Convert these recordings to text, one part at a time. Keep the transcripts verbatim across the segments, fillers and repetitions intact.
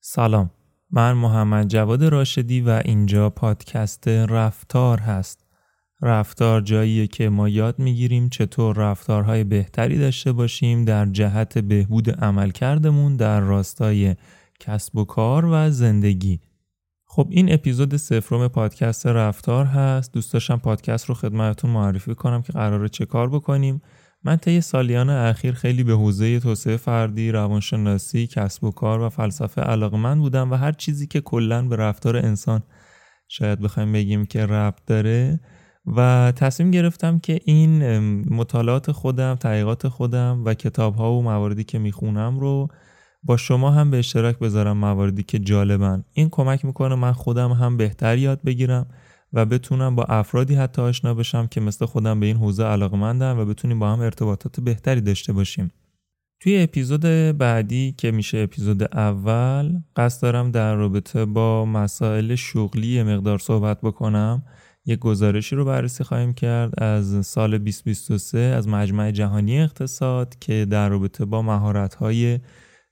سلام، من محمد جواد راشدی و اینجا پادکست رفتار هست. رفتار جاییه که ما یاد میگیریم چطور رفتارهای بهتری داشته باشیم در جهت بهبود عملکردمون در راستای کسب و کار و زندگی. خب این اپیزود سفرم پادکست رفتار هست. دوست داشتم پادکست رو خدمتتون معرفی کنم که قراره چه کار بکنیم. من طی سالیان اخیر خیلی به حوزه توسعه فردی، روانشناسی، کسب و کار و فلسفه علاقه‌مند بودم و هر چیزی که کلاً به رفتار انسان شاید بخوایم بگیم که ربط داره و تصمیم گرفتم که این مطالعات خودم، تحقیقات خودم و کتاب‌ها و مواردی که میخونم رو با شما هم به اشتراک بذارم، مواردی که جالبن. این کمک میکنه من خودم هم بهتر یاد بگیرم و بتونم با افرادی حتی آشنا بشم که مثل خودم به این حوزه علاقه‌مندن و بتونیم با هم ارتباطات بهتری داشته باشیم. توی اپیزود بعدی که میشه اپیزود اول، قصد دارم در رابطه با مسائل شغلی مقدار صحبت بکنم. یک گزارشی رو بررسی خواهیم کرد از سال بیست و بیست و سه از مجمع جهانی اقتصاد که در رابطه با مهارت‌های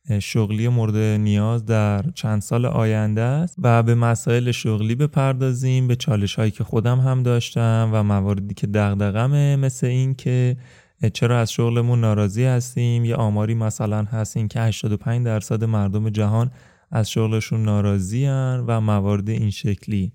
شغلی مورد نیاز در چند سال آینده است و به مسائل شغلی بپردازیم، به چالش‌هایی که خودم هم داشتم و مواردی که دغدغمه، مثل این که چرا از شغلمون ناراضی هستیم. یه آماری مثلا هست این که هشتاد و پنج درصد مردم جهان از شغلشون ناراضی هن و موارد این شکلی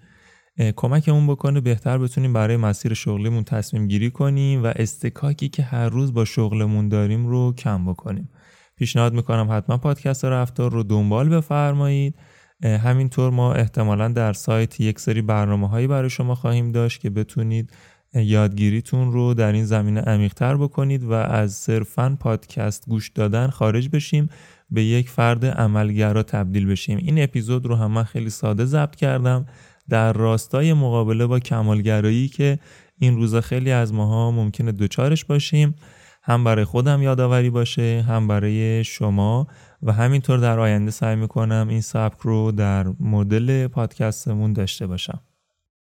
کمکمون بکنه بهتر بتونیم برای مسیر شغلیمون تصمیم گیری کنیم و استکاکی که هر روز با شغلمون داریم رو کم بکنیم. پیشنهاد میکنم حتما پادکست رفتار رو دنبال بفرمایید. همینطور ما احتمالاً در سایت یک سری برنامه‌هایی برای شما خواهیم داشت که بتونید یادگیریتون رو در این زمینه عمیق‌تر بکنید و از صرفاً پادکست گوش دادن خارج بشیم، به یک فرد عملگرا تبدیل بشیم. این اپیزود رو هم من خیلی ساده ضبط کردم در راستای مقابله با کمالگرایی که این روزا خیلی از ماها ممکنه دوچارش باشیم، هم برای خودم یادآوری باشه هم برای شما و همینطور در آینده سعی میکنم این سبک رو در مدل پادکستمون داشته باشم.